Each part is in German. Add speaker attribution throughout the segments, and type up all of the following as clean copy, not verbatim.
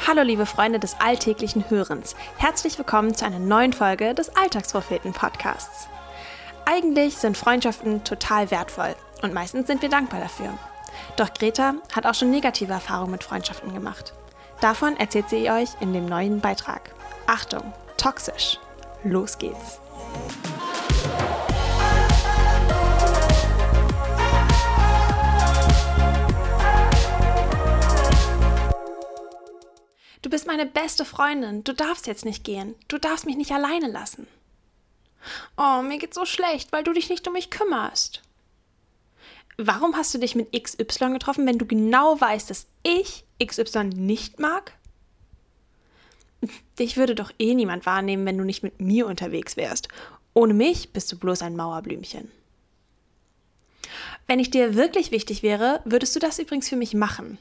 Speaker 1: Hallo liebe Freunde des alltäglichen Hörens, herzlich willkommen zu einer neuen Folge des Alltagspropheten-Podcasts. Eigentlich sind Freundschaften total wertvoll und meistens sind wir dankbar dafür. Doch Greta hat auch schon negative Erfahrungen mit Freundschaften gemacht. Davon erzählt sie euch in dem neuen Beitrag. Achtung, toxisch. Los geht's. Du bist meine beste Freundin, du darfst jetzt nicht gehen, du darfst mich nicht alleine lassen. Oh, mir geht's so schlecht, weil du dich nicht um mich kümmerst. Warum hast du dich mit XY getroffen, wenn du genau weißt, dass ich XY nicht mag? Dich würde doch eh niemand wahrnehmen, wenn du nicht mit mir unterwegs wärst. Ohne mich bist du bloß ein Mauerblümchen. Wenn ich dir wirklich wichtig wäre, würdest du das übrigens für mich machen.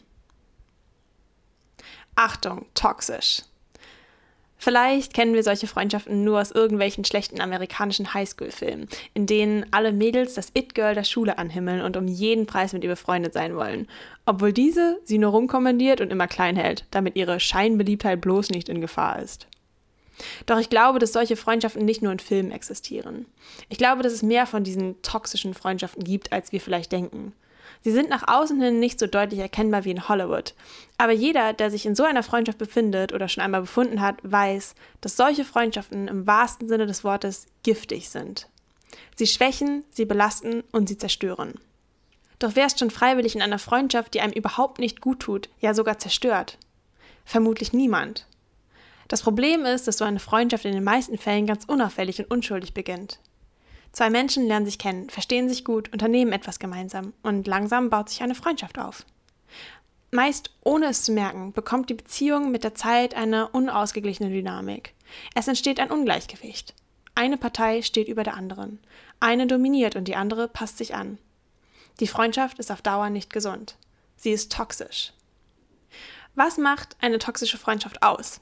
Speaker 1: Achtung, toxisch. Vielleicht kennen wir solche Freundschaften nur aus irgendwelchen schlechten amerikanischen Highschool-Filmen, in denen alle Mädels das It-Girl der Schule anhimmeln und um jeden Preis mit ihr befreundet sein wollen, obwohl diese sie nur rumkommandiert und immer klein hält, damit ihre Scheinbeliebtheit bloß nicht in Gefahr ist. Doch ich glaube, dass solche Freundschaften nicht nur in Filmen existieren. Ich glaube, dass es mehr von diesen toxischen Freundschaften gibt, als wir vielleicht denken. Sie sind nach außen hin nicht so deutlich erkennbar wie in Hollywood. Aber jeder, der sich in so einer Freundschaft befindet oder schon einmal befunden hat, weiß, dass solche Freundschaften im wahrsten Sinne des Wortes giftig sind. Sie schwächen, sie belasten und sie zerstören. Doch wer ist schon freiwillig in einer Freundschaft, die einem überhaupt nicht gut tut, ja sogar zerstört? Vermutlich niemand. Das Problem ist, dass so eine Freundschaft in den meisten Fällen ganz unauffällig und unschuldig beginnt. Zwei Menschen lernen sich kennen, verstehen sich gut, unternehmen etwas gemeinsam und langsam baut sich eine Freundschaft auf. Meist ohne es zu merken, bekommt die Beziehung mit der Zeit eine unausgeglichene Dynamik. Es entsteht ein Ungleichgewicht. Eine Partei steht über der anderen. Eine dominiert und die andere passt sich an. Die Freundschaft ist auf Dauer nicht gesund. Sie ist toxisch. Was macht eine toxische Freundschaft aus?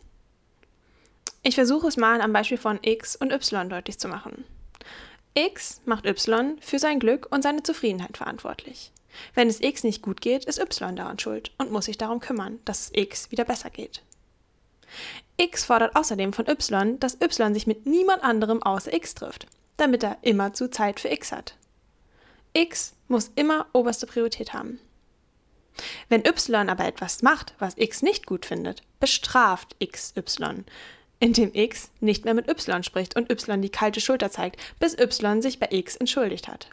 Speaker 1: Ich versuche es mal am Beispiel von X und Y deutlich zu machen. X macht Y für sein Glück und seine Zufriedenheit verantwortlich. Wenn es X nicht gut geht, ist Y daran schuld und muss sich darum kümmern, dass es X wieder besser geht. X fordert außerdem von Y, dass Y sich mit niemand anderem außer X trifft, damit er immerzu Zeit für X hat. X muss immer oberste Priorität haben. Wenn Y aber etwas macht, was X nicht gut findet, bestraft X Y, indem X nicht mehr mit Y spricht und Y die kalte Schulter zeigt, bis Y sich bei X entschuldigt hat.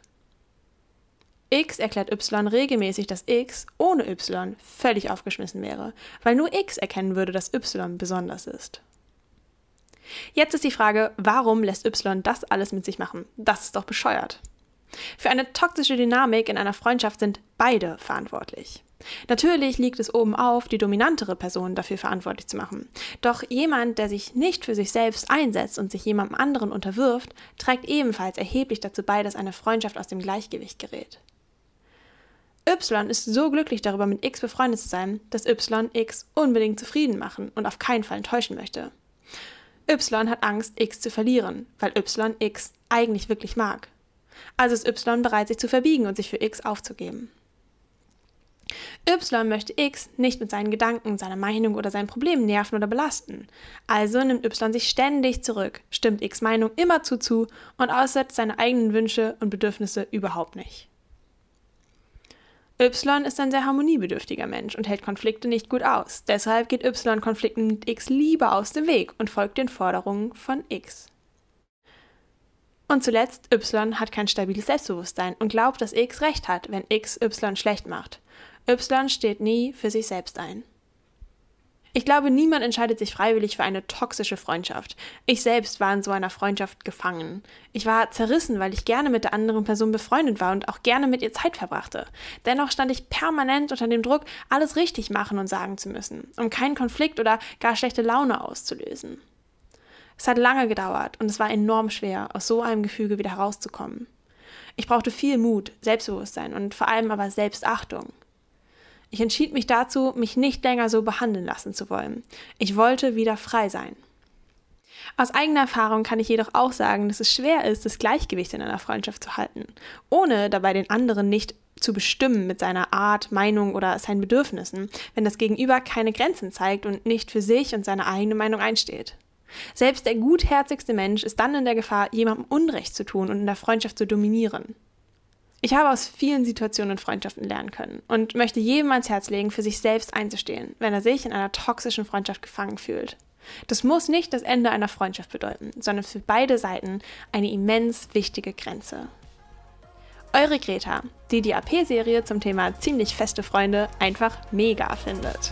Speaker 1: X erklärt Y regelmäßig, dass X ohne Y völlig aufgeschmissen wäre, weil nur X erkennen würde, dass Y besonders ist. Jetzt ist die Frage, warum lässt Y das alles mit sich machen? Das ist doch bescheuert. Für eine toxische Dynamik in einer Freundschaft sind beide verantwortlich. Natürlich liegt es oben auf, die dominantere Person dafür verantwortlich zu machen. Doch jemand, der sich nicht für sich selbst einsetzt und sich jemandem anderen unterwirft, trägt ebenfalls erheblich dazu bei, dass eine Freundschaft aus dem Gleichgewicht gerät. Y ist so glücklich darüber, mit X befreundet zu sein, dass Y X unbedingt zufrieden machen und auf keinen Fall enttäuschen möchte. Y hat Angst, X zu verlieren, weil Y X eigentlich wirklich mag. Also ist Y bereit, sich zu verbiegen und sich für X aufzugeben. Y möchte X nicht mit seinen Gedanken, seiner Meinung oder seinen Problemen nerven oder belasten. Also nimmt Y sich ständig zurück, stimmt X Meinung immerzu zu und äußert seine eigenen Wünsche und Bedürfnisse überhaupt nicht. Y ist ein sehr harmoniebedürftiger Mensch und hält Konflikte nicht gut aus. Deshalb geht Y Konflikten mit X lieber aus dem Weg und folgt den Forderungen von X. Und zuletzt, Y hat kein stabiles Selbstbewusstsein und glaubt, dass X recht hat, wenn X Y schlecht macht. Y steht nie für sich selbst ein. Ich glaube, niemand entscheidet sich freiwillig für eine toxische Freundschaft. Ich selbst war in so einer Freundschaft gefangen. Ich war zerrissen, weil ich gerne mit der anderen Person befreundet war und auch gerne mit ihr Zeit verbrachte. Dennoch stand ich permanent unter dem Druck, alles richtig machen und sagen zu müssen, um keinen Konflikt oder gar schlechte Laune auszulösen. Es hat lange gedauert und es war enorm schwer, aus so einem Gefüge wieder herauszukommen. Ich brauchte viel Mut, Selbstbewusstsein und vor allem aber Selbstachtung. Ich entschied mich dazu, mich nicht länger so behandeln lassen zu wollen. Ich wollte wieder frei sein. Aus eigener Erfahrung kann ich jedoch auch sagen, dass es schwer ist, das Gleichgewicht in einer Freundschaft zu halten, ohne dabei den anderen nicht zu bestimmen mit seiner Art, Meinung oder seinen Bedürfnissen, wenn das Gegenüber keine Grenzen zeigt und nicht für sich und seine eigene Meinung einsteht. Selbst der gutherzigste Mensch ist dann in der Gefahr, jemandem Unrecht zu tun und in der Freundschaft zu dominieren. Ich habe aus vielen Situationen in Freundschaften lernen können und möchte jedem ans Herz legen, für sich selbst einzustehen, wenn er sich in einer toxischen Freundschaft gefangen fühlt. Das muss nicht das Ende einer Freundschaft bedeuten, sondern für beide Seiten eine immens wichtige Grenze. Eure Greta, die die AP-Serie zum Thema ziemlich feste Freunde einfach mega findet.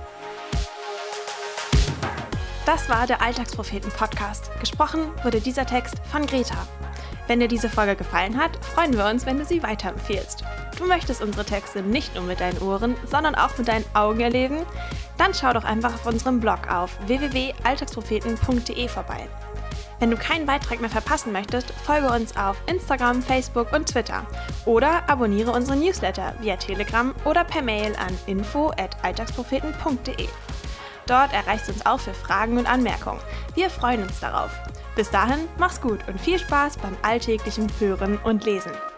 Speaker 1: Das war der Alltagspropheten-Podcast. Gesprochen wurde dieser Text von Greta. Wenn dir diese Folge gefallen hat, freuen wir uns, wenn du sie weiterempfehlst. Du möchtest unsere Texte nicht nur mit deinen Ohren, sondern auch mit deinen Augen erleben? Dann schau doch einfach auf unserem Blog auf www.alltagspropheten.de vorbei. Wenn du keinen Beitrag mehr verpassen möchtest, folge uns auf Instagram, Facebook und Twitter oder abonniere unsere Newsletter via Telegram oder per Mail an info@alltagspropheten.de. Dort erreichst du uns auch für Fragen und Anmerkungen. Wir freuen uns darauf. Bis dahin, mach's gut und viel Spaß beim alltäglichen Hören und Lesen.